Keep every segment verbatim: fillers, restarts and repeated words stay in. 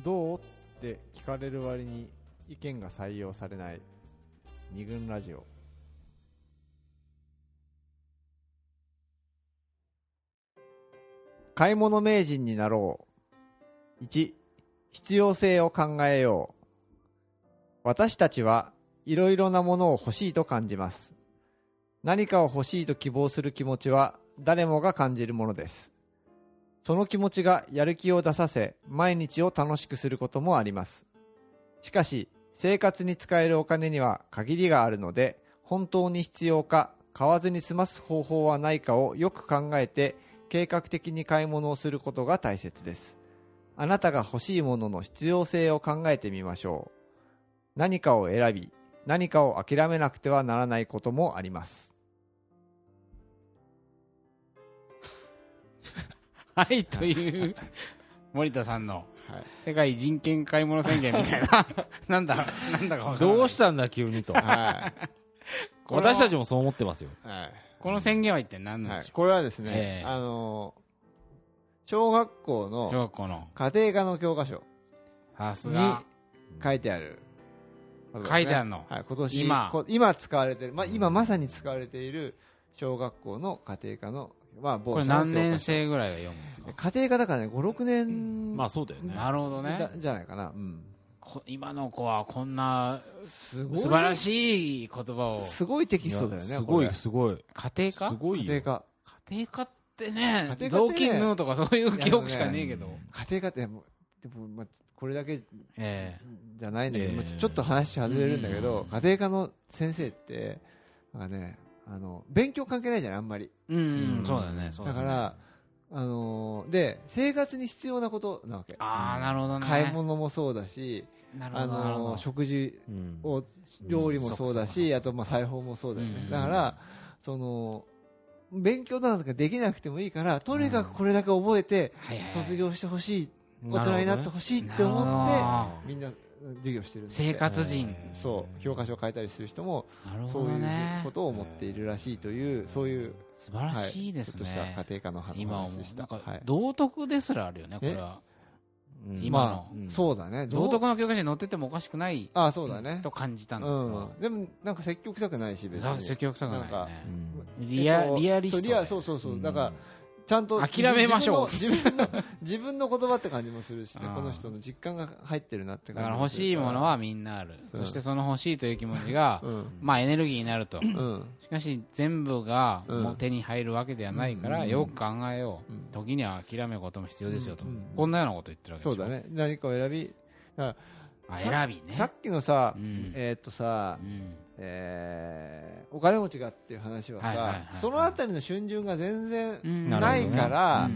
どうって聞かれる割に意見が採用されない二軍ラジオ。買い物名人になろう。いち、必要性を考えよう。私たちはいろいろなものを欲しいと感じます。何かを欲しいと希望する気持ちは誰もが感じるものです。その気持ちがやる気を出させ、毎日を楽しくすることもあります。しかし、生活に使えるお金には限りがあるので、本当に必要か、買わずに済ます方法はないかをよく考えて、計画的に買い物をすることが大切です。あなたが欲しいものの必要性を考えてみましょう。何かを選び、何かを諦めなくてはならないこともあります。 はいという森田さんの世界人権買い物宣言みたいななんだなんだか分からない。 どうしたんだ急にと、はい、私たちもそう思ってますよ、はい、 この宣言は一体何なんでしょう、 はい、これはですね、えー、あのー、小学校の小学校の家庭科の教科書に書いてある、 ね、書いてあるの、 はい、今年今, 今使われてる、まあ、今まさに使われている小学校の家庭科のまあ、 これ何年生ぐらいが読むんですか？ 家庭科だからね、ご、ろくねん、 まあそうだよね。 なるほどね。 じゃないかな。うん。 今の子はこんなすごい素晴らしい言葉を。 すごいテキストだよね。 すごいすごい。 家庭科？ すごいよ。 家庭科。 家庭科ってね、雑巾縫うとかそういう記憶しかねえけど。 家庭科ってもうでもまあこれだけえー、じゃないんだけど、えー、ちょっと話外れるんだけど、家庭科の先生ってなんかね。あの勉強関係ないじゃないあんまり、 うん、うん、そうだね。 だからあのー、で生活に必要なことなわけ。 ああ、なるほどね。 買い物もそうだし、あのー、食事を、うん、料理もそうだし、うん、あとまあ裁縫もそうだよね、うん、だからその勉強なんかできなくてもいいからとにかくこれだけ覚えて卒業してほしい、大人になってほしいって思ってみんな授業してるんで、 生活人、 そう教科書を書いたりする人もそういうことを思っているらしいというそういう素晴らしいですね、 はい、ちょっとした家庭科の話でした。 今なんか道徳ですらあるよね、これは。今の、 まあ、そうだね、 道徳の教科書に載っててもおかしくないあそうだねと感じたんだけど、うん、でもなんか積極臭くないし別に積極臭くないね、 なんか、 うん、リア、えっと、リアリストでそうそうそう、うん、だからちゃんと諦めましょう自分の自分の言葉って感じもするし、ね、この人の実感が入ってるなって感じ。 だから欲しいものはみんなある、うん、そしてその欲しいという気持ちが、うん、まあエネルギーになると、うん、しかし全部がもう手に入るわけではないから、うん、よく考えよう、うん、時には諦めることも必要ですよと、うん、こんなようなこと言ってるわけですよ。 そうだね、何かを選びだあ選びね。 さっきのさ、うん、えー、っとさ、うんえー、お金持ちがっていう話はさ、はいはいはいはい、そのあたりの瞬順が全然ないから、うん、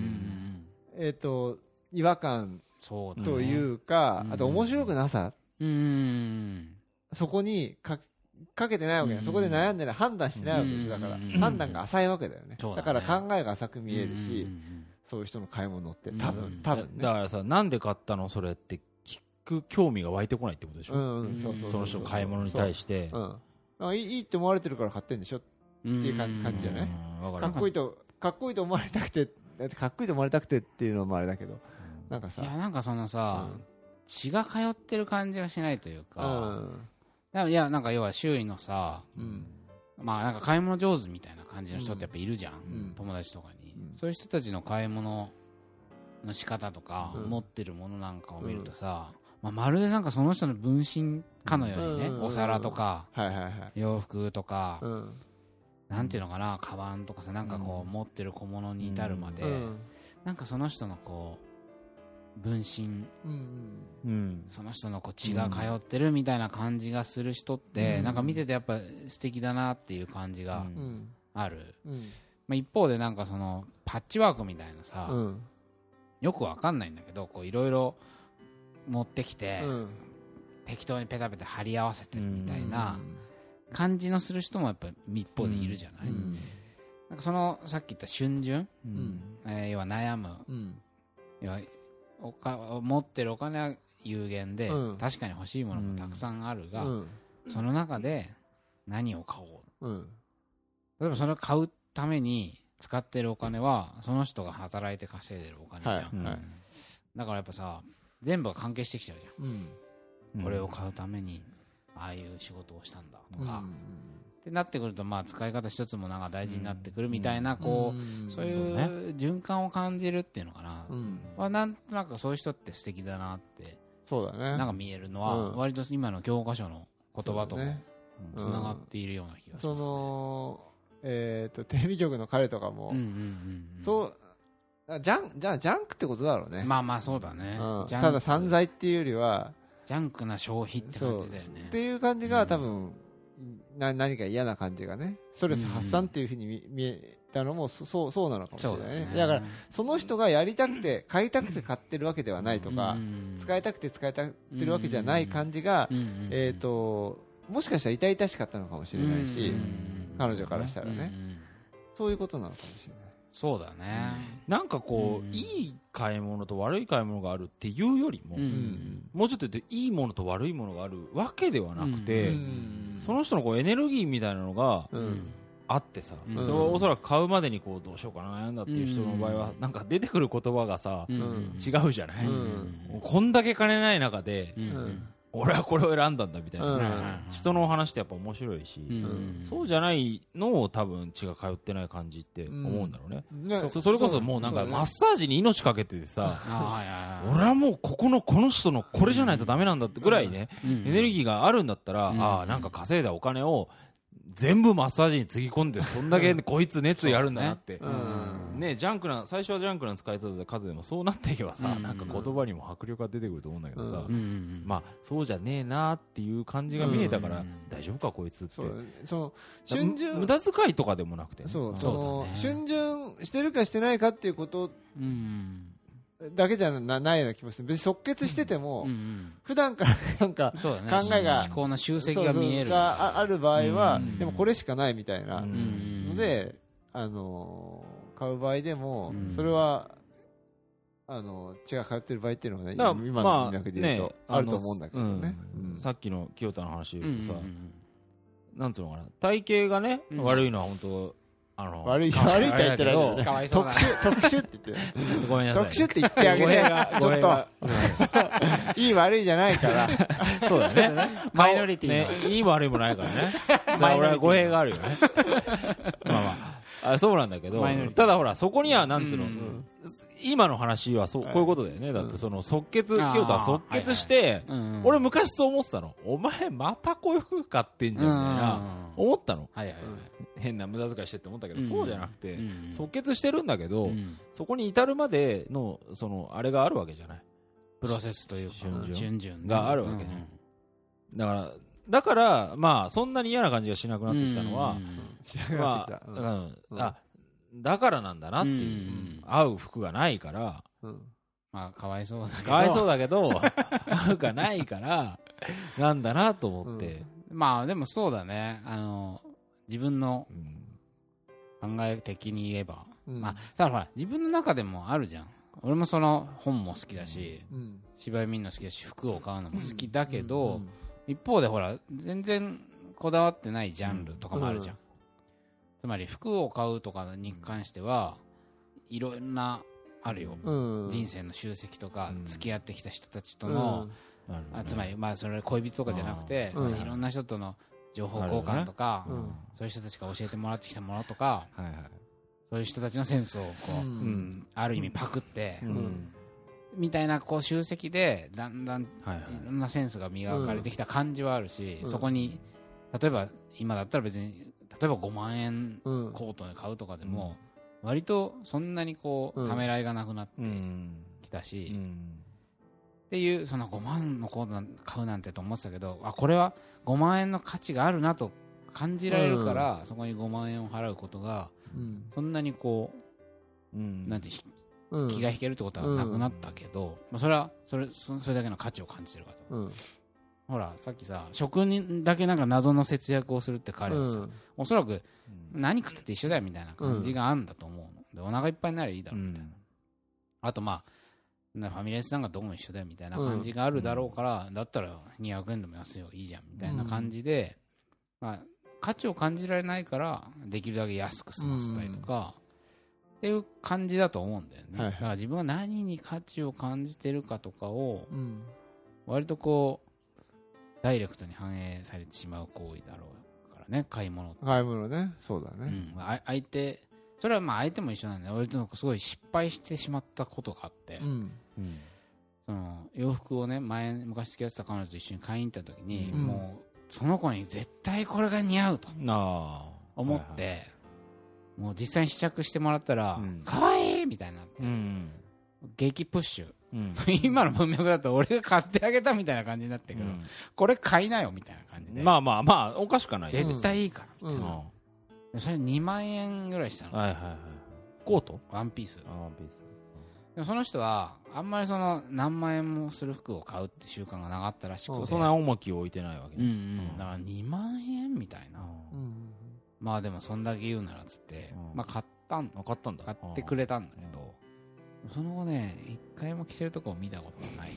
えー、っと違和感というか、うあと面白くなさ、うん、そこにかかけてないわけだ、そこで悩んでない判断してないわけです。だから判断が浅いわけだよね。だ, ねだから考えが浅く見えるし、そういう人の買い物って多分多分ね。 だからさ、なんで買ったのそれって聞く興味が湧いてこないってことでしょ。うんうん、そうそうそうそう、その人の買い物に対して、うんあいい、いいって思われてるから買ってんでしょっていう感じじゃない。かっこいいとかっこいいと思われたくてかっこいいと思われたくてっていうのもあれだけど、なんかさ、 いやなんかそのさ、うん、血が通ってる感じがしないというか、うん、いやなんか要は周囲のさ、うん、まあなんか買い物上手みたいな感じの人ってやっぱいるじゃん、うん、友達とかに、うん、そういう人たちの買い物の仕方とか、うん、持ってるものなんかを見るとさ、うんまあ、まるでなんかその人の分身かのようにね、お皿とか洋服とか、なんていうのかな、カバンとかさ、なんかこう持ってる小物に至るまで、なんかその人のこう分身、その人のこう血が通ってるみたいな感じがする人ってなんか見ててやっぱ素敵だなっていう感じがある。まあ一方でなんかそのパッチワークみたいなさ、よくわかんないんだけど、こういろいろ持ってきて、うん、適当にペタペタ貼り合わせてるみたいな感じのする人もやっぱ一方でいるじゃない、うん、なんかそのさっき言った瞬順、うんえー、要は悩む、うん、要はおか持ってるお金は有限で、うん、確かに欲しいものもたくさんあるが、うん、その中で何を買おう、うん、例えばそれを買うために使ってるお金はその人が働いて稼いでるお金じゃん、はいはい、だからやっぱさ全部が関係してきちゃうじゃん、 うん、 これを買うためにああいう仕事をしたんだとか、うん、ってなってくると、まあ使い方一つもなんか大事になってくるみたいな、こうそういう循環を感じるっていうのかな、うん、まあ、なんとなくそういう人って素敵だなってそうだね、 なんか見えるのは割と今の教科書の言葉ともつながっているような気がします、ね、 そのえー、とテレビ局の彼とかも、うんうんうんうん、そうジャンじゃあジャンクってことだろうね。 まあまあそうだね、 うん、ただ散財っていうよりはジャンクな消費って感じだよねっていう感じが多分、うん、な何か嫌な感じがねストレス発散っていうふうに 見,、うん、見えたのもそうそうなのかもしれないね。 だ, ねだからその人がやりたくて買いたくて買ってるわけではないとか、うん、使いたくて使いたってるわけじゃない感じが、うん、えーともしかしたら痛々しかったのかもしれないし、うん、彼女からしたらね、うん、そういうことなのかもしれない。 そうだね、 なんかこう、うん、いい買い物と悪い買い物があるっていうよりも、うん、もうちょっと言うといいものと悪いものがあるわけではなくて、うん、その人のこうエネルギーみたいなのがあってさ、うん、それはおそらく買うまでにこうどうしようかな悩んだっていう人の場合は、なんか出てくる言葉がさ、違うじゃない、こんだけ金ない中で、俺はこれを選んだんだみたいな、うん、人のお話ってやっぱ面白いし、うん、そうじゃないのを多分血が通ってない感じって思うんだろうね、うんね、そ, それこそもうなんかマッサージに命かけててさ、俺はもうここのこの人のこれじゃないとダメなんだってぐらいね、うん、エネルギーがあるんだったら、うん、ああなんか稼いだお金を全部マッサージにつぎ込んでそんだけこいつ熱意あるんだなって、ねうん、ねジャンクな最初はジャンクな使い方で数でもそうなっていけばさ、うん、なんか言葉にも迫力が出てくると思うんだけどさ、うん、まあそうじゃねえなっていう感じが見えたから、うん、大丈夫かこいつって、そうその春巡無駄遣いとかでもなくて、ね、 そうその春巡してるかしてないかっていうこと、うんだけじゃな、ないような気もする。別に即決してても、うんうん、普段からなんか考えが、 思考の集積が見えるがある場合は、うんうん、でもこれしかないみたいなので、あの買う場合でも、うん、それはあの血が通ってる場合っていうのはね、今の文脈で言うと、まあね、あると思うんだけどね。 うんうん、さっきの清田の話で言うとさ、うんうんうん、なんつうのかな、体型がね、うん、悪いのは本当。あの悪い悪いって言ってるけど特殊特殊って言ってごめんなさい特殊って言ってあげてちょっといい悪いじゃないからそうだねマイノリティねいい悪いもないからね俺は語弊があるよねまあまああそうなんだけどただほらそこにはなんつうの、うんうん、今の話はそうこういうことだよね、うん、だってその即決清田は即決して、はいはいうんうん、俺昔そう思ってたのお前またこういう服買ってんじゃんみたいな思ったの、はいはいはい、変な無駄遣いしてって思ったけど、うん、そうじゃなくて、うん、即決してるんだけど、うん、そこに至るまでのそのあれがあるわけじゃないプロセスというか順々があるわけ、うん、だからだからまあそんなに嫌な感じがしなくなってきたのは、うんまあうんうん、あだからなんだなっていう、うん、合う服がないから、うん、 まあかわいそうだけどかわいそうだけど合うかないからなんだなと思って、 うん、まあでもそうだねあの自分の考え的に言えば、うん、まあただほら自分の中でもあるじゃん俺もその本も好きだし、うん、芝居見るの好きだし服を買うのも好きだけど、うんうん、一方でほら全然こだわってないジャンルとかもあるじゃん、うんつまり服を買うとかに関してはいろんなあるよ、うん、人生の集積とか、うん、付き合ってきた人たちとの、うんああつまりまあそれ恋人とかじゃなくて、うん、いろんな人との情報交換とか、ねうん、そういう人たちが教えてもらってきたものとか、はいはい、そういう人たちのセンスをこう、うん、ある意味パクって、うん、みたいなこう集積でだんだんいろんなセンスが磨かれてきた感じはあるし、そこに例えば今だったら別に例えばごまんえんコートで買うとかでも、うん、割とそんなにこうためらいがなくなってきたし、うんうん、っていうそのごまんのコート買うなんてと思ってたけどあこれはごまんえんの価値があるなと感じられるから、うん、そこにごまんえんを払うことが、うん、そんなにこう、うん、なんてうん、気が引けるってことはなくなったけど、まあ、それはそれそれだけの価値を感じてるかと。うんほらさっきさ食にだけなんか謎の節約をするって彼はさ、うん、おそらく何食ってて一緒だよみたいな感じがあるんだと思うのでお腹いっぱいになればいいだろうみたいな、うん、あとまあファミレスなんかどこも一緒だよみたいな感じがあるだろうから、うん、だったらにひゃくえんでも安いよいいじゃんみたいな感じで、うんまあ、価値を感じられないからできるだけ安く済ませたりとか、 っていう感じだと思うんだよね、 はい、 だから自分が何に価値を感じてるかとかを、 うん、 割とこうダイレクトに反映されてしまう行為だろうからね、買い物って買い物ね、そうだね、 うん、あ相手それはまあ相手も一緒なんだよ。俺とすごい失敗してしまったことがあって、 うんうん、その洋服をね、前昔付き合ってた彼女と一緒に買いに行った時に、うん、もうその子に絶対これが似合うと思って、はいはい、もう実際に試着してもらったら、うん、かわいいみたいになって、うん、激プッシュ、うん、今の文脈だと俺が買ってあげたみたいな感じになってるけど、うん、これ買いなよみたいな感じで、 まあまあまあおかしくはない、 絶対いいからみたいな、うんうん、それにまんえんぐらいしたの、 はいはいはい、コートワンピース、 あワンピース、 でもその人はあんまりその何万円もする服を買うって習慣がなかったらしくて、 そんな重きを置いてないわけ、ね、 うんうん、だからにまんえんみたいな、うん、まあでもそんだけ言うならっつって、うん、まあ買ったん買ったんだ買ってくれたんだけど、うん、その後ね一回も着てるとこを見たことがない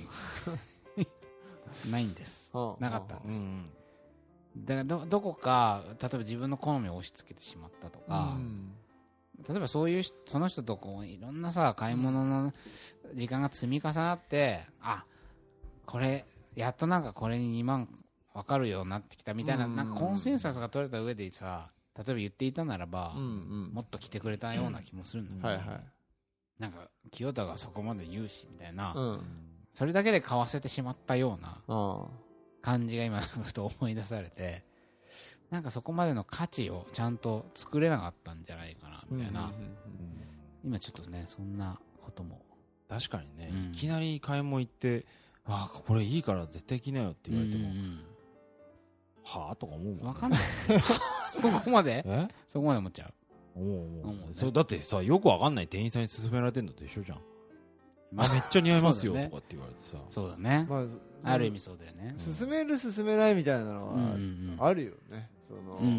ないんです、なかったんです、うんうん、だから ど, どこか例えば自分の好みを押し付けてしまったとか、うん、例えばそういうその人とこういろんなさ買い物の時間が積み重なって、あこれやっとなんかこれににまん分かるようになってきたみたいな、なんかコンセンサスが取れた上でさ、例えば言っていたならば、うんうん、もっと来てくれたような気もするんだけど、はいはい、なんか清田がそこまで言うしみたいな、うん、それだけで買わせてしまったような感じが今ふと思い出されて、なんかそこまでの価値をちゃんと作れなかったんじゃないかなみたいな、うんうんうんうん、今ちょっとねそんなことも確かにね、うん、いきなり買い物行ってあこれいいから絶対着なよって言われても、うんうん、はぁとか思うもん、ね、 分かんないそこまでえそこまで思っちゃう思う思う、思う、ね、それだってさよくわかんない店員さんに勧められてんのと一緒じゃん、まあ、めっちゃ似合いますよ、ね、とかって言われてさそうだね、まあ、ある意味そうだよね、 勧める勧めないみたいなのはあるよね、その、うんうんうん、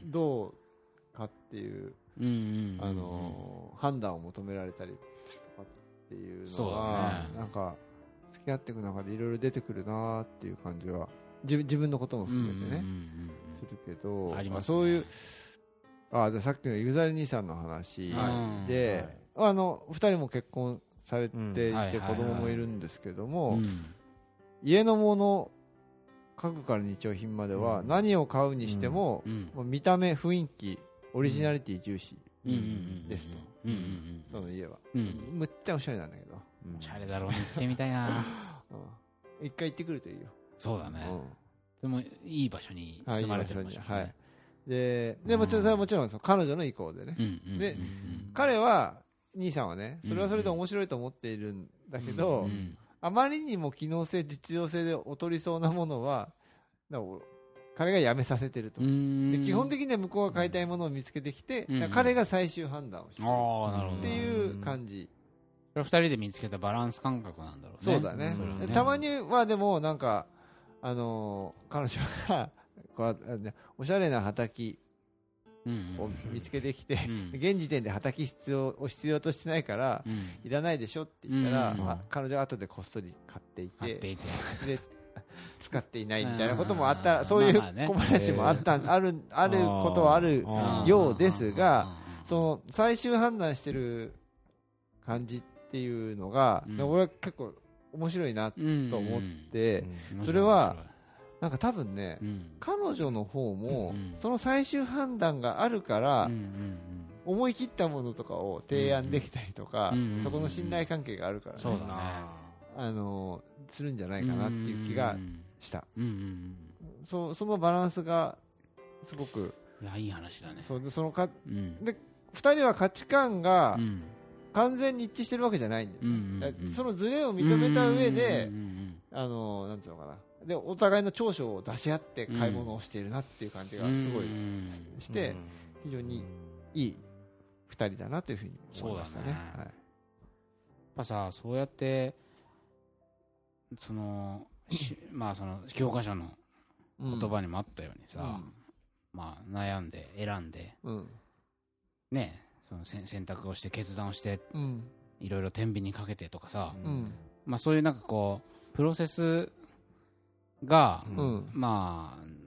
どうかっていう、うんうんうん、あの判断を求められたりとかっていうのは、ね、なんか付き合っていく中でいろいろ出てくるなっていう感じは自分、自分のことも含めてね、うんうんうんうん、するけど、ありますね、そういうあでさっきのゆざり兄さんの話で、はい、あのふたりも結婚されていて子供もいるんですけども、家のもの家具から日用品までは何を買うにしても、うんうん、見た目雰囲気オリジナリティ重視ですと、その家は、うん、むっちゃおしゃれなんだけど、 おしゃれだろうに行ってみたいな一回行ってくるといいよ。 そうだね、うん、でもいい場所に住まれてる場所に、 はい、ででもちろんそれはもちろんその彼女の意向でね、うんうん、で、うんうん、彼は兄さんはねそれはそれで面白いと思っているんだけど、うんうん、あまりにも機能性実用性で劣りそうなものはだから彼がやめさせてると。で基本的には向こうが買いたいものを見つけてきて、うん、彼が最終判断をしてるっていう感じ。 それふたりで見つけたバランス感覚なんだろうね。 そうだね。うん、たまにはでもなんかあのー、彼女がこうおしゃれな畑を見つけてきて、うんうん、現時点で畑必要を必要としてないから、うん、いらないでしょって言ったら、うんうん、あ彼女は後でこっそり買っていて、ていてで使っていないみたいなこともあったら、そういう小話もあったあるあることはあるようですが、その最終判断してる感じっていうのが、うん、俺は結構面白いなと思って、うんうん、それはなんか多分ね、うん、彼女の方も、うん、その最終判断があるから、うんうんうん、思い切ったものとかを提案できたりとか、うんうん、そこの信頼関係があるからね、そうだね、あのするんじゃないかなっていう気がした、うんうんうん、そ, そのバランスがすごくいやいい話だね。 そうでそのか、うん、でふたりは価値観が、うん完全に一致してるわけじゃないんだよ、うんうんうん、そのズレを認めた上で、うんうんうん、あのなんていうのかなでお互いの長所を出し合って買い物をしているなっていう感じがすごいして、うん、非常にいいふたりだなというふうに思いましたね。そうだね、はい、やっぱさそうやってそのまあその教科書の言葉にもあったようにさ、うん、まあ悩んで選んで、うん、ねえその選択をして決断をして、うん、いろいろ天秤にかけてとかさ、うんまあ、そういうなんかこうプロセスが、うん、まあ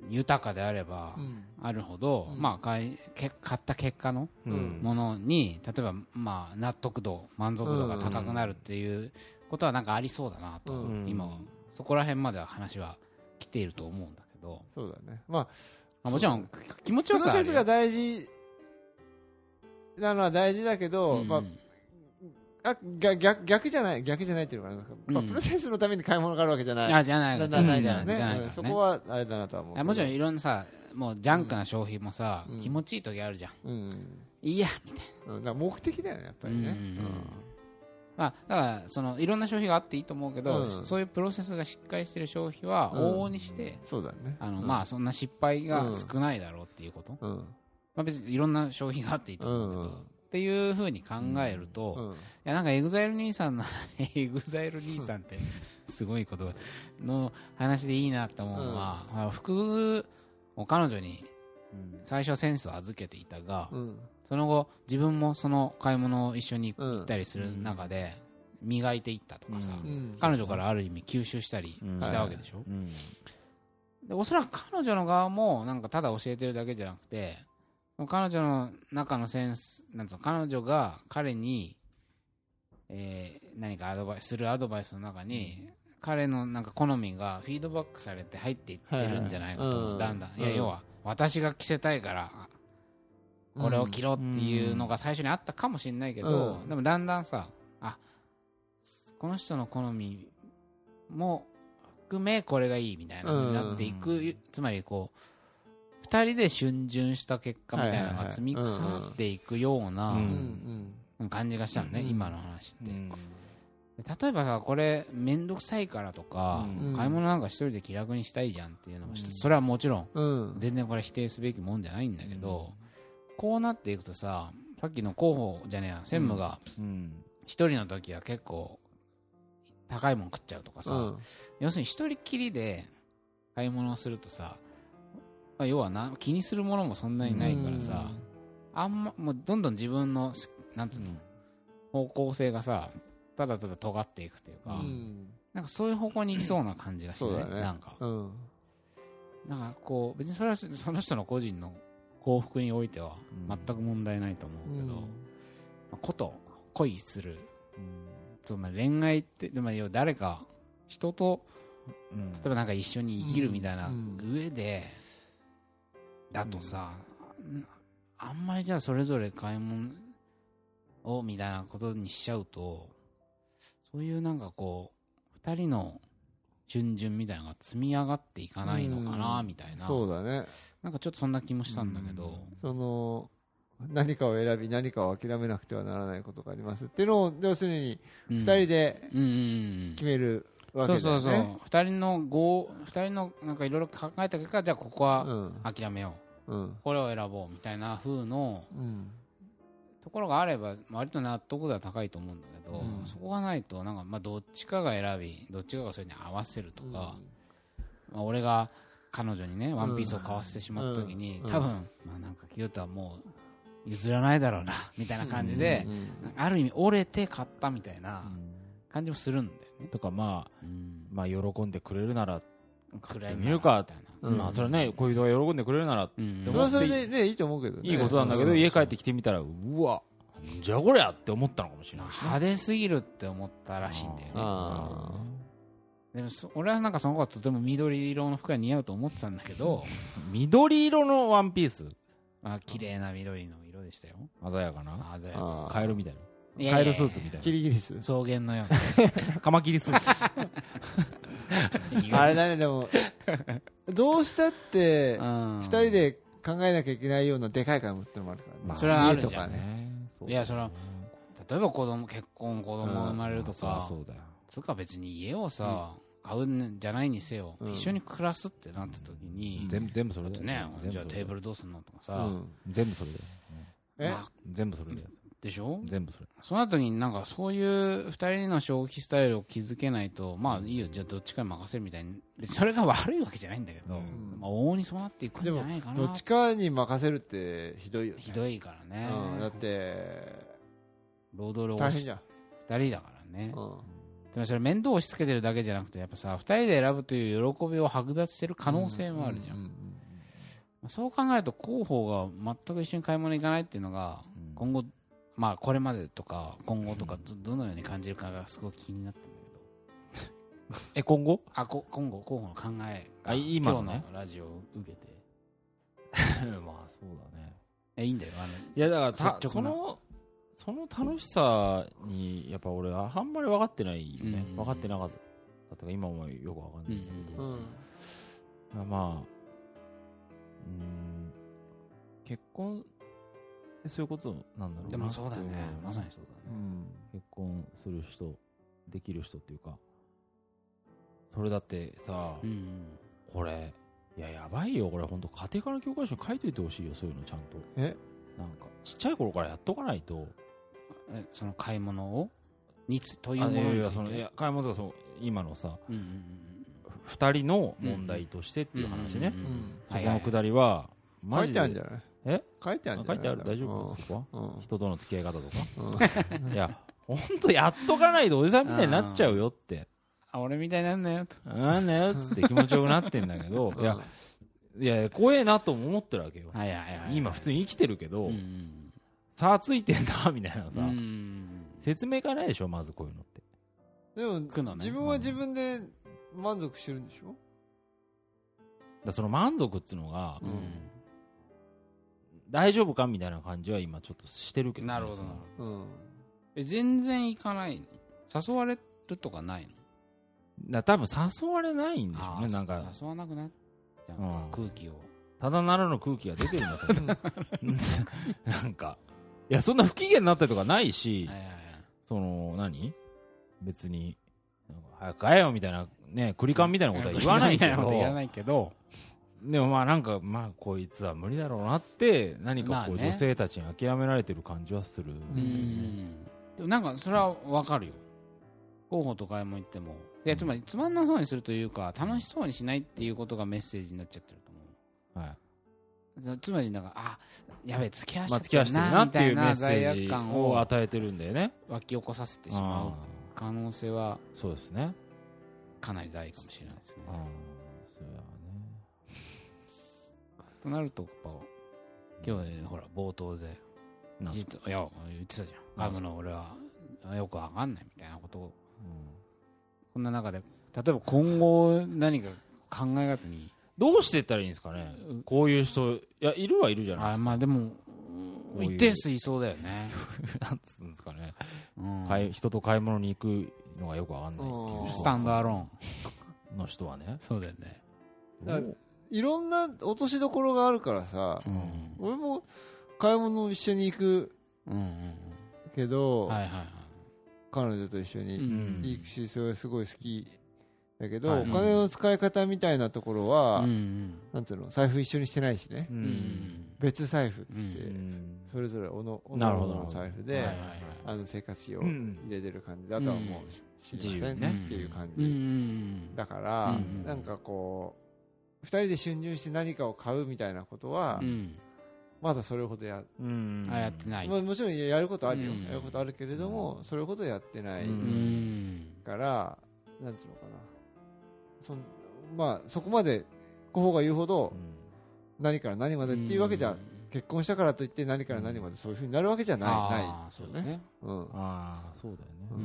豊かであればあるほど、うん、まあ買いけ買った結果のものに、うん、例えばまあ納得度満足度が高くなるっていうことはなんかありそうだなと、うん、今そこら辺までは話は来ていると思うんだけど、 そうだね、まあ、 もちろん気持ちよさプロセスが大事なのは大事だけど、うん、まああ逆, 逆じゃない逆じゃないっていうのかな、うん、まあ、プロセスのために買い物があるわけじゃない、 あじゃないじゃないじゃない、ね、じゃない、ね、 そこはあれだなとは思う。 もちろんいろんなさ、もうジャンクな消費もさ、うん、気持ちいい時あるじゃん、うん、いいやみたいな、 うん、だから目的だよねやっぱりね、うんうん、 まあ、だからそのいろんな消費があっていいと思うけど、うん、そういうプロセスがしっかりしてる消費は往々にして、 うん、そうだね、 あの、うん、まあそんな失敗が少ないだろうっていうこと、うん、まあ、別にいろんな消費があっていいと思うけど、うん、っていう風に考えると、うんうん、いやなんかエグザイル兄さんのエグザイル兄さんってすごい言葉の話でいいなと思うのは、うん、服を彼女に最初はセンスを預けていたが、うん、その後自分もその買い物を一緒に行ったりする中で磨いていったとかさ、うん、彼女からある意味吸収したりしたわけでしょ、うん、でおそらく彼女の側もなんかただ教えてるだけじゃなくて、彼女の中のセンス、なんつうの、彼女が彼に、えー、何かアドバイスするアドバイスの中に、うん、彼のなんか好みがフィードバックされて入っていってるんじゃないかと、はいはい、だんだん、うん、いや要は私が着せたいからこれを着ろっていうのが最初にあったかもしれないけど、うん、でもだんだんさ、あ、この人の好みも含めこれがいいみたいな風になっていく、うん、つまりこうふたりで逡巡した結果みたいなのが積み重なっていくような感じがしたのね、今の話って。例えばさ、これめんどくさいからとか、買い物なんか一人で気楽にしたいじゃんっていうのも、それはもちろん全然これ否定すべきもんじゃないんだけど、こうなっていくとさ、さっきの広報じゃねえや、専務が一人の時は結構高いもの食っちゃうとかさ、要するに一人きりで買い物をするとさ、要はな気にするものもそんなにないからさ、あんまもうどんどん自分のなんつうの、方向性がさただただ尖っていくっていうか、うん、なんかそういう方向に行きそうな感じがして、ねね、なんか、うん、なんかこう別にそれはその人の個人の幸福においては全く問題ないと思うけど、うん、まあ、こと恋する、うん、つまり恋愛ってでも要は誰か人と、うん、例えばなんか一緒に生きるみたいな上で、だとさ、うん、あんまりじゃあそれぞれ買い物をみたいなことにしちゃうと、そういうなんかこう二人の順々みたいなのが積み上がっていかないのかなみたいな、 そうだね、 なんかちょっとそんな気もしたんだけど、 その何かを選び何かを諦めなくてはならないことがありますっていうのを要するに二人で決めるわけだよね。 そうそうそう、二人の合二人のなんかいろいろ考えた結果、じゃあここは諦めよう、うん、これを選ぼうみたいな風の、うん、ところがあれば割と納得度は高いと思うんだけど、うん、そこがないとなんかまあどっちかが選びどっちかがそれに合わせるとか、うん、まあ、俺が彼女にねワンピースを買わせてしまった時に、うん、多分、まあ、なんか清田はもう譲らないだろうなみたいな感じで、うんうんうん、ある意味折れて買ったみたいな感じもするんだよね。 とかまあ、うん、まあ喜んでくれるなら買ってみるかみたいな、うん、まあそれね恋人が喜んでくれるならって思って、うん、それはそれでねいいと思うけどね、 いいことなんだけど、家帰ってきてみたらうわじゃあこりゃって思ったのかもしれない、ね、 派手すぎるって思ったらしいんだよね。あでも俺はなんかその子はとても緑色の服が似合うと思ってたんだけど緑色のワンピース、 まあ綺麗な緑の色でしたよ。 鮮やかな鮮やかカエルみたいな、カエルスーツみたいな、 キリギリス草原のようなカマキリスーツあれだね、でもどうしたって二人で考えなきゃいけないようなでかい買い物ってのもあるからね、 まあ、それはあるじゃんね。いやそれは例えば子供結婚子供生まれるとか、 そうだよつうか別に家をさ、うん、買うんじゃないにせよ、うん、一緒に暮らすってなった時に、 うん、全部全部それだよね。じゃあテーブルどうすんのとかさ、うん、 全部それだよ、 うん、え、まあ、 全部それだよでしょ。 全部それ。 その後になんかそういう二人の消費スタイルを築けないと、まあいいよじゃあどっちかに任せるみたいに、それが悪いわけじゃないんだけど、うん、まあ往々にそうなっていくんじゃないかな。 でもどっちかに任せるってひどいよね。 ひどいからね、 うん、だって労働力大変じゃん二人だからね、うん、でもそれ面倒を押し付けてるだけじゃなくてやっぱさ二人で選ぶという喜びを剥奪してる可能性もあるじゃん、うんうんうん、 そう考えると広報が全く一緒に買い物行かないっていうのが、うん、今後、まあ、これまでとか今後とか ど, どのように感じるかがすごく気になってるんだけどえ今後あこ今後広報の考えが今の、ね、 今日のラジオを受けてまあそうだねいいんだよあのいやだからたそのその楽しさにやっぱ俺はあんまり分かってないよね、うん、分かってなかったとか今もよく分かんないんだけど、うんうん、まあうん結婚ってそういうことなんだろうな。 でもそうだよね、まさにそうだね、 うん、結婚する人できる人っていうかそれだってさ、うんうん、これいややばいよこれ本当家庭科の教科書に書いといてほしいよそういうのちゃんとえなんかちっちゃい頃からやっとかないとえその買い物をにつというものについていやそのいや買い物とかそう今のさ、うんうんうん、ふたりの問題としてっていう話ね、うんうんうん、そこのくだりはマジで書いてあるんじゃないえ書いてあるんじゃない書いてある大丈夫ですか、うん、人との付き合い方とか、 うん、 いや本当やっとかないとおじさんみたいになっちゃうよってあ俺みたいになんなよとなんなよっつって気持ちよくなってんだけど、うん、いやいや怖えなとも思ってるわけよ、 はいはいはいはい、 今普通に生きてるけど、うん、差ついてんだみたいなさ、うん、説明がないでしょまずこういうのってでも、ね、自分は自分で満足してるんでしょだその満足っつうのが、うん、大丈夫かみたいな感じは今ちょっとしてるけど、ね、 なるほど、うん、え全然行かないの誘われるとかないのだ多分誘われないんでしょうねなんか誘わなくなっちゃう、うん、空気をただならぬ空気が出てるんだと思うなんかいやそんな不機嫌になったりとかないし、はいはいはい、その何別に早く帰れよみたいなねクリカンみたいなことは言わないけど言わないけどでもまあなんかまあこいつは無理だろうなって何かこう女性たちに諦められてる感じはする、ね、 うんでもなんかそれは分かるよ広報とかも言ってもいやつまりつまんなそうにするというか楽しそうにしないっていうことがメッセージになっちゃってると思う、はい、つまりなんかあやべえ付き合わせてるなみたいな罪悪感を与えてるんだよね湧き起こさせてしまう可能性はそうですねかなり大かもしれないですね。 あそうやねとなると今日ほら冒頭で実いや言ってたじゃんガムの俺はよくわかんないみたいなことを、うん、こんな中で例えば今後何か考え方にどうしていったらいいんですかねこういう人いやいるはいるじゃないですかあまあでも一定数いそうだよねなんつうんですかね、うん、買い人と買い物に行くのがよくわかんないっていうスタンドアローンの人はねそうだよねだいろんな落としどころがあるからさ、うん、俺も買い物一緒に行くけど、うんうんうんはいはいはい、彼女と一緒に行くし、うん、それすごい好きだけど、はい、お金の使い方みたいなところは、うん、なんつうの財布一緒にしてないしね、うん、別財布って、うん、それぞれおのおのの財布で、はいはいはい、あの生活費を入れてる感じで、うん、あとはもう知りませんねっていう感じ、うん、だから、うん、なんかこう二人で春巡して何かを買うみたいなことは、うん、まだそれほど や,、うん、 あやってない、 まあ、もちろんやることあるよ、うん、やることあるけれども、うん、それほどやってない、うん、からなんていうのかなそ, まあ、そこまで候補が言うほど何から何までっていうわけじゃ、うん、結婚したからといって何から何までそういうふうになるわけじゃない、うん、ないですよね。 うん、ああそうだよね、うん、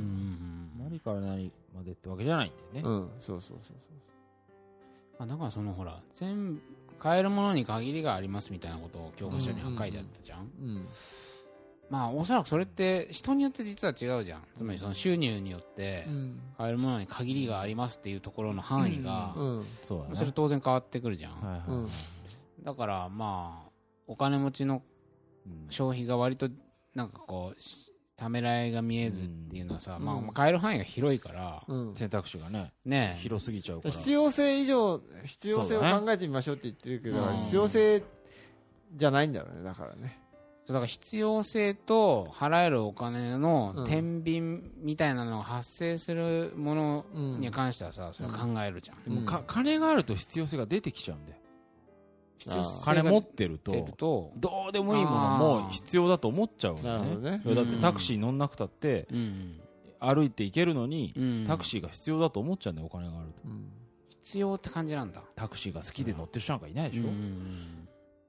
何から何までってわけじゃないんだよね、うん、 そうそうそうそうあだからそのほら全部買えるものに限りがありますみたいなことを教科書には書いてあったじゃん、うんうんうん、まあおそらくそれって人によって実は違うじゃんつまりその収入によって買えるものに限りがありますっていうところの範囲が、うんうんそ, ね、それ当然変わってくるじゃん、はいはいはい、だからまあお金持ちの消費が割となんかこうためらいが見えずっていうのはさ、うんまあ、買える範囲が広いから、うん、 選択肢が ね, ね広すぎちゃうから必要性以上必要性を考えてみましょうって言ってるけど、ね、必要性じゃないんだろうねだからねそうだから必要性と払えるお金の天秤みたいなのが発生するものに関してはさ、うん、それ考えるじゃん、 うん、でもか金があると必要性が出てきちゃうんだよ必要金持ってる と, とどうでもいいものも必要だと思っちゃうの ね, ねだってタクシー乗んなくたって、うん、歩いて行けるのに、うん、タクシーが必要だと思っちゃうんだよお金があると、うん、 必要って感じなんだタクシーが好きで乗ってる人なんかいないでしょ、うん、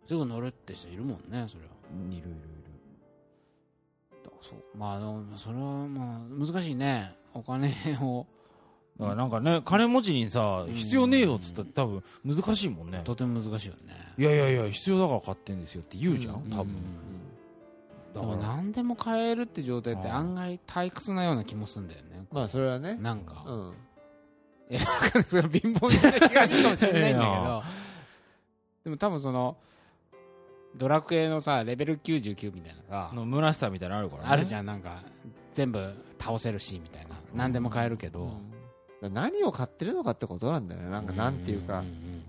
すぐ乗るって人いるもんね、それは。 いるいるいる。 そう、まあそれはまあ難しいね、お金を。 だからなんかね、金持ちにさ、必要ねえよっつったら多分難しいもんね。 とても難しいよね。 いやいやいや、必要だから買ってんですよって言うじゃん、多分。 だから何でも買えるって状態って案外退屈なような気もするんだよね。 まあそれはね。 なんか。 うん。 いや、なんかそれ貧乏人的がいいかもしれないんだけど、でも多分その、ドラクエのさ、レベルきゅうじゅうきゅうみたいなさ、 の虚しさみたいなのあるからね。 あるじゃん、なんか、全部倒せるし、みたいな。何でも買えるけど。 うん、何を買ってるのかってことなんだよね。なんか、なんていうか。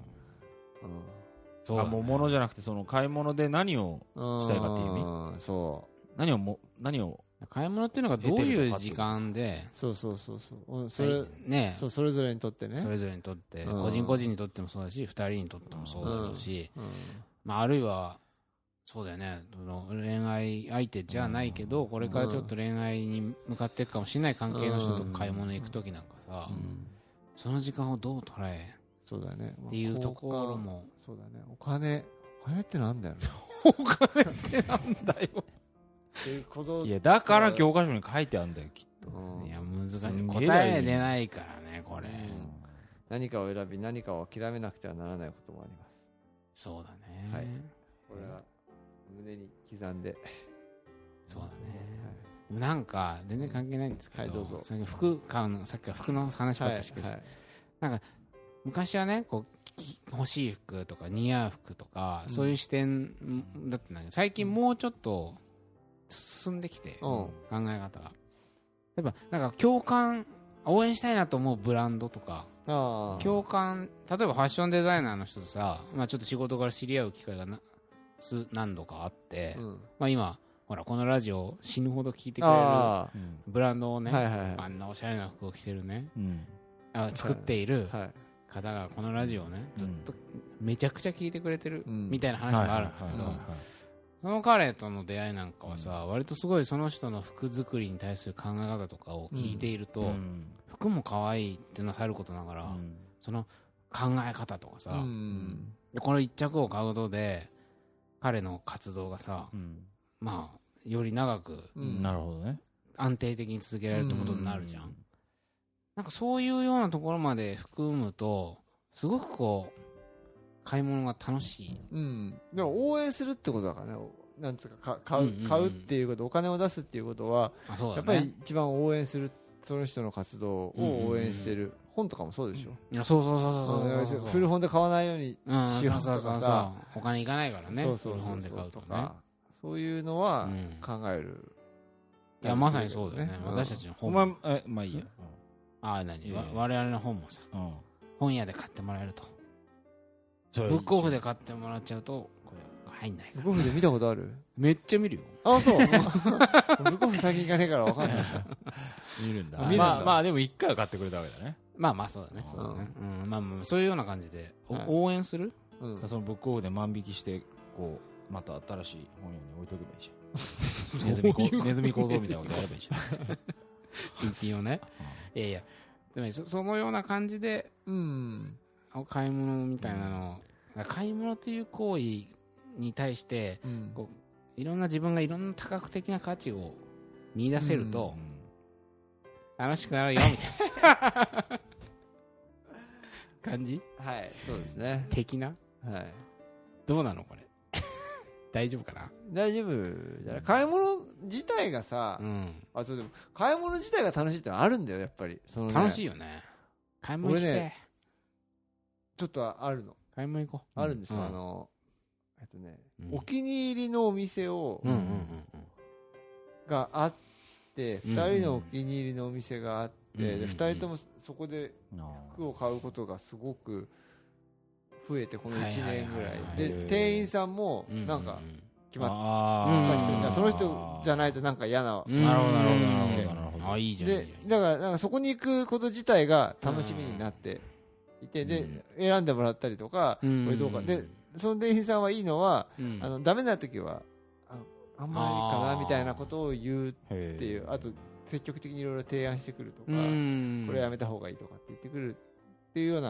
そうだね、もう物じゃなくて、その買い物で何をしたいかっていう意味。 そう。 何をも、何を。 買い物っていうのがどういう時間で。 そうそうそうそう。それ、 ね。 そう、それぞれにとってね。 それぞれにとって、個人個人にとってもそうだし、二人にとってもそうだろうし、まあ、あるいは、そうだよね、その恋愛相手じゃないけど、これからちょっと恋愛に向かっていくかもしれない関係の人と買い物行く時なんかさ、その時間をどう捉え、 そうだね、 っていうところも、 そうだね、お金、お金ってなんだよね。 お金ってなんだよ。 いや、だから教科書に書いてあるんだよ、きっと。 いや、難しい。答え出ないからね、これ。 何かを選び、何かを諦めなくてはならないこともあります。 そうだね。 はい。これは胸に刻んで。 そうだね。はい、なんか全然関係ないんですけど、はい、 どうぞ。 服買うの、さっきから服の話ばっかりしてる、はいはい、なんか昔はね、こう欲しい服とか似合う服とか、うん、そういう視点だったんだけど、最近もうちょっと進んできて、うん、考え方が。例えばなんか共感、応援したいなと思うブランドとか。共感、例えばファッションデザイナーの人とさ、まあ、ちょっと仕事から知り合う機会がな何度かあって、うん、まあ、今ほらこのラジオ死ぬほど聞いてくれるブランドをね、はいはいはい、あんなおしゃれな服を着てるね、うん、あ作っている方がこのラジオをね、ずっとめちゃくちゃ聞いてくれてるみたいな話もあるんだけど、その彼との出会いなんかはさ、割とすごいその人の服作りに対する考え方とかを聞いていると、うん、服も可愛いっていうのはさることながら、うん、その考え方とかさ、うん、でこの一着を買うことで彼の活動がさ、うん、まあより長く、 なるほどね、 安定的に続けられるってことになるじゃん、うん、なんかそういうようなところまで含むとすごくこう買い物が楽しい、 うん、でも応援するってことだからね、なんつうか、買う、うんうんうん、買うっていうこと、お金を出すっていうことは、ね、やっぱり一番応援する、その人の活動を応援してる、うんうんうん、本とかもそうでしょ。 いや、そうそうそうそうそうそう、 古本で買わないようにしようとかさ、うん、そうそうそうそう、 お金いかないからね、 そうそうそうそう、 古本で買うとね、 そういうのは考える、 うん、いやまさにそうだよね、うん、私たちの本も、え、まあいいや、 うん、ああ何、えー、我々の本もさ、うん、本屋で買ってもらえると、ブックオフで買ってもらっちゃうとこれ入んないから。 ブックオフで見たことある？ めっちゃ見るよ。 あ、そう。ブックオフ最近行かねえから分かんない。 見るんだ。 見るんだ。 まあまあでも一回は買ってくれたわけだね。 まあまあそうだね。そうだね。うん、まあまあそういうような感じで、はい、応援する？ うん。そのブックオフで万引きしてこうまた新しい本屋に置いとけばいいじゃん。ネズミこネズミ構造みたいなことやればいいじゃん。 新品をね。いやいや。でも そ, そのような感じで、うん。買い物みたいなの、うん、買い物という行為に対して、うん、こういろんな自分がいろんな多角的な価値を見出せると、うん、楽しくなるよみたいな感じ？ はい、そうですね。 的な？はい。どうなのこれ？大丈夫かな？ 大丈夫じゃない。買い物自体がさ、うん、あ、そうでも買い物自体が楽しいってのはあるんだよやっぱり。 そのね、楽しいよね。買い物して。俺ね、 ちょっとあるの。 買い物行こう。あるんですよ。うん、あの、えっとね、うん、お気に入りのお店を、うんうんうんうん、があって、二、うんうん、人のお気に入りのお店があって、うんうんうん、で二人ともそこで服を買うことがすごく増えて、このいちねんぐらい。で、店員さんも、なんか、決まった人に、その人じゃないとなんか嫌な。 なるほど、なるほど、なるほど。あ、いいじゃん。 で、だから、なんかそこに行くこと自体が楽しみになって、いて、で、選んでもらったりとか、これどうか。で、その店員さんはいいのは、あの、ダメな時は、あんまりかな、みたいなことを言うっていう、あと、積極的にいろいろ提案してくるとか、これやめた方がいいとかって言ってくるっていうような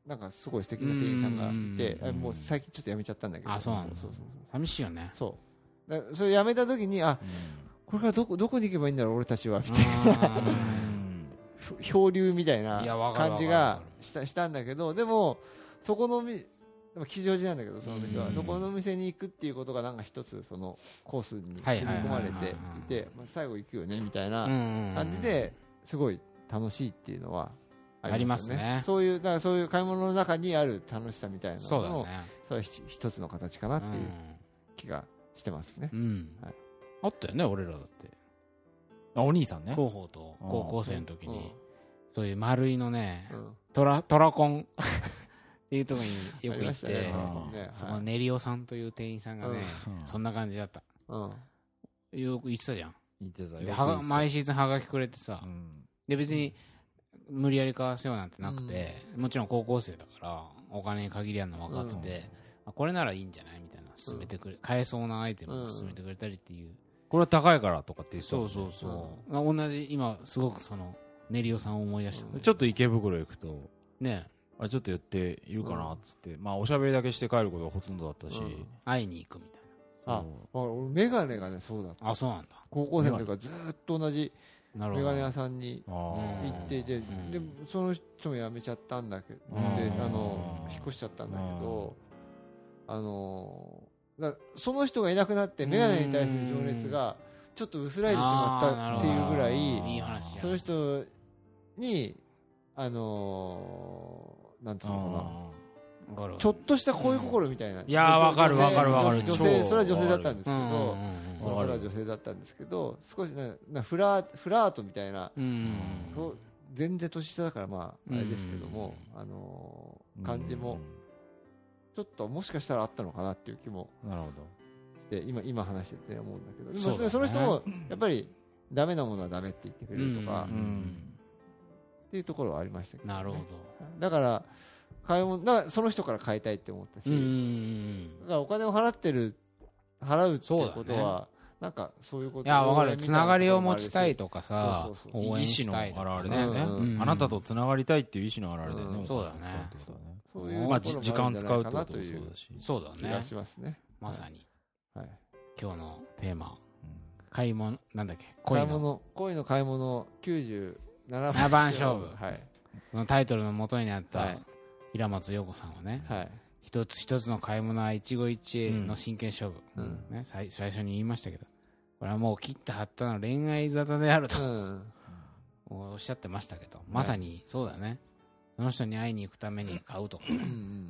なんかすごい素敵な店員さんがいて、あもう最近ちょっと辞めちゃったんだけど。 あ、そうなんだ。 そうそうそう。 寂しいよね。 そうだそれ辞めた時に、あ、これからどこどこに行けばいいんだろう俺たちはみたいな漂流みたいな感じがしたしたんだけど、でもそこのみ吉祥寺なんだけど、その店はそこの店に行くっていうことがなんか一つそのコースに組み込まれていて、まあ最後行くよねみたいな感じですごい楽しいっていうのはありますよね。そういうだからそういう買い物の中にある楽しさみたいなののそれは一つの形かなっていう気がしてますね。 あったよね俺らだって。 あ、お兄さんね。 広報と高校生の時にそういう丸いのね、トラトラコンっていうところによく行って、そこの練りおさんという店員さんがね、そんな感じだった。よく言ってたじゃん。 言ってた。 では毎シーズンはがきくれてさ、で別に無理やり買わせようなんてなくて、もちろん高校生だからお金に限りあるの分かってて、これならいいんじゃないみたいな勧めてくれ、買えそうなアイテムを勧めてくれたりっていう。 これは高いからとかって言ってた。 そうそうそう。同じ今すごくその練りおさんを思い出した。 ちょっと池袋行くとね。 あちょっと寄っているかなっつって、うん、まあおしゃべりだけして帰ることがほとんどだったし、うん、 会いに行くみたいな。あ、俺メガネがねそうだった。 あ、そうなんだ。 高校生の時からずっと同じメガネ屋さんに行っていて、でその人も辞めちゃったんだけど、であの引っ越しちゃったんだけど、あのだその人がいなくなってメガネに対する情熱がちょっと薄らいでしまったっていうぐらい、 いい話じゃん。 その人にあのーなんつうのかな、ちょっとした恋心みたいな、 いやーわかるわかるわかる、 女性それは女性だったんですけど、その方は女性だったんですけど、少しななフラフラートみたいな、そう全然年下だからまああれですけども、あのー感じもちょっともしかしたらあったのかなっていう気もして今今話してて思うんだけど、でもその人もやっぱりダメなものはダメって言ってくれるとか。っていうところはありましたけど、ね、 なるほど。 だから買い物だからその人から買いたいって思ったし、だからお金を払ってる払うっていうことは、ね、なんかそういうこと。 いや分かる。つながりを持ちたいとかさ、そうそうそう、 応援したいとか、意思の表れだよね、うんうん、あなたとつながりたいっていう意思の表れだよね、うん、 そうだね。 そういうまあ時間使うってこともそうだし、 そうだね。 気がしますね。 まさに、 はい、 今日のテーマ、うん、買い物なんだっけ、 恋の恋の買い物きゅうじゅうななばん勝負、はい、 このタイトルの元になった平松陽子さんはね、はい、一つ一つの買い物は一期一会の真剣勝負、うんね、最, 最初に言いましたけど、これはもう切った張ったの恋愛沙汰であると、うん、おっしゃってましたけど、まさにそうだね、はい、その人に会いに行くために買うとかさ、うん、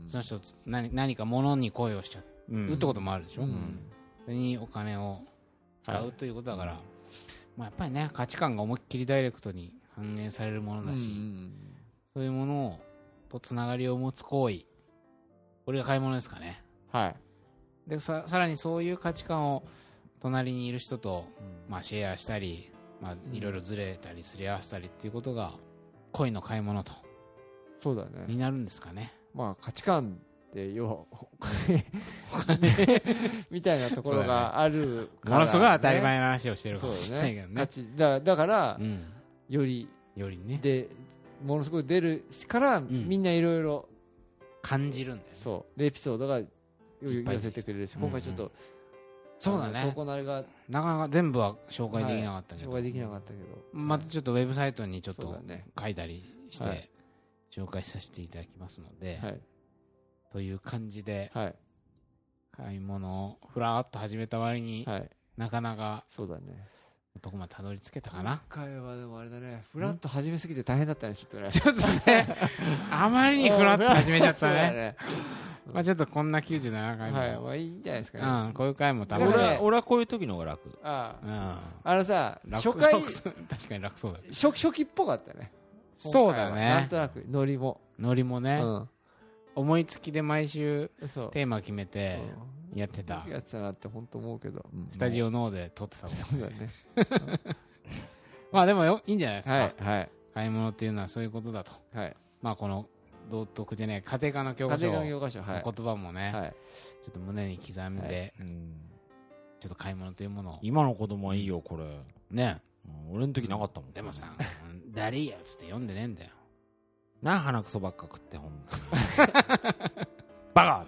その人 何, 何か物に恋をしちゃう、うん、ってこともあるでしょ、うん、それにお金を使うということだから、はい、まあ、やっぱりね価値観が思いっきりダイレクトに反映されるものだし、うん、そういうものをとつながりを持つ行為、これが買い物ですかね。 はい。 で さ, さらにそういう価値観を隣にいる人と、うん、まあ、シェアしたり、まあ、いろいろずれたりすり合わせたりっていうことが恋の買い物とそうだねになるんですかね。 まあ価値観って要はみたいなところがあるから、ね、 ものすごい当たり前の話をしてるかもしれないけどね。 ねだ, だから、うん、よりよりねでものすごい出るから、うん、みんないろいろ感じるんだよね。 そうでエピソードが寄せてくれるし、今回ちょっと、うんうん、 そうだね、 投稿のあれがなかなか全部は紹介できなかったけど、 はい、紹介できなかったけど、 またちょっとウェブサイトにちょっと書いたりして、はい、紹介させていただきますので、はい、という感じで、はい、買い物をふらっと始めた割に、はい、なかなかそうだね、 どこまでたどり着けたかな。 今回はでもあれだね、フラッと始めすぎて大変だったね、ちょっとね。 ちょっとね、あまりにフラッと始めちゃったね。ねまあちょっとこんなきゅうじゅうななかいも、 はい、まあいいんじゃないですかね。 うん、こういう回もたまに。俺は、俺はこういう時の方が楽。 ああ、うん、あのさ、初回、 確かに楽そうだけど。 初、初期っぽかったね。 そうだね。 なんとなく、ノリも。 ノリもね。うん、思いつきで毎週、テーマ決めて、やってた。 やってたなって本当思うけど。 うん、スタジオノーで撮ってたもんね。 そうだね。 まあでもよいいんじゃないですか、 はいはい、 買い物っていうのはそういうことだと、はい、まあこの道徳じゃない家庭科の教科書の言葉もね、はい、ちょっと胸に刻んで、はい、うん、ちょっと買い物というものを、 今の子供はいいよこれね、 うん、俺の時なかったもん、 でもさ誰やっつって読んでねえんだよな、鼻くそばっか食ってほんとバカ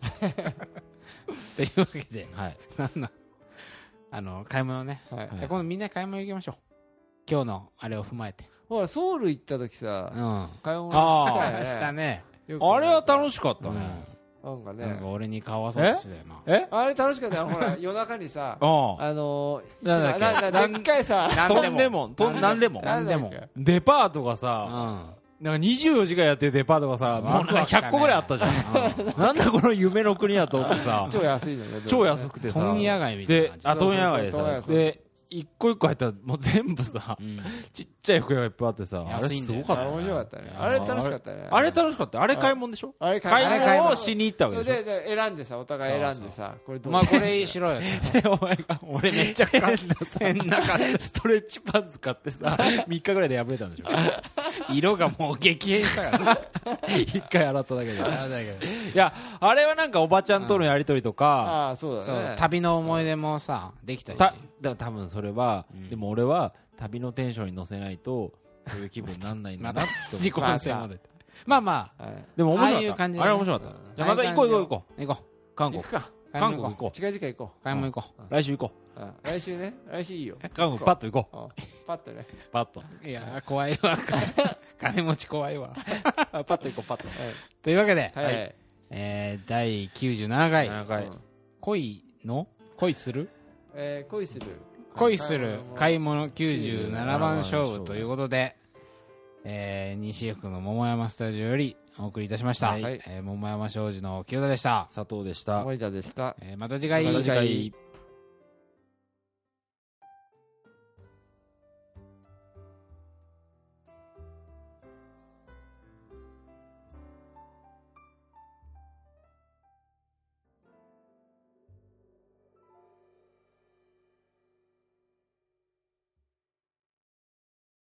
というわけで、 はい、 なんだあの買い物ね、はい、今度みんな買い物行きましょう。今日のあれを踏まえて。 ほらソウル行った時さ、うん、買い物したよね。したね。 あれは楽しかったね。 なんかね、 なんか俺に顔合わせてたよな。 えあれ楽しかったよ。ほら夜中にさ、あのー、でっかいさ、 とんでもなんでもなんでもデパートがさ、なんかにじゅうよじかんやってるデパートがさ、もうなんかひゃっこぐらいあったじゃん。なんだこの夢の国やと思ってさ、 超安いのね。 超安くてさ、 問屋街みたいな。 で、あ、問屋街でさ、で、一個一個入ったらもう全部さ、ちっちゃい服屋がいっぱいあってさ、あれすごかった。 面白かったね。あれ楽しかったね。 あれ楽しかった。あれ買い物でしょ。 あれ買い物をしに行ったわけでしょ。 それで選んでさ、お互い選んでさ、 これどう？まあこれしろよ。 お前が俺めっちゃ変な変なストレッチパンツ買ってさ、みっかぐらいで破れたんでしょ。 色がもう激変したから一回洗っただけで。いや、あれはなんかおばちゃんとのやりとりとか、 あ、そうだね。 旅の思い出もさできたし。 だ多分それは、でも俺は旅のテンションに乗せないとそういう気分になんないんだなって自己反省も出て。まあまあ、 でも面白かった。あれ面白かった。じゃあまた行こう行こう行こう行こう。韓国か。 韓国行こう。 近々行こう。買い物行こう。来週行こう。来週ね。来週いいよ。 韓国パッと行こう。パッとね。 パッと。 いや恋わ。金持ち怖いわ。 パッと行こうパッと。 というわけで、 はいえだいきゅうじゅうななかい。 回恋の恋する。 えー、恋する恋する買い物きゅうじゅうななばん勝負ということで、えー、西江福の桃山スタジオよりお送りいたしました、はい、えー、桃山商事の清田でした。 佐藤でした。 森田でした、 えー、また次回。 また次回。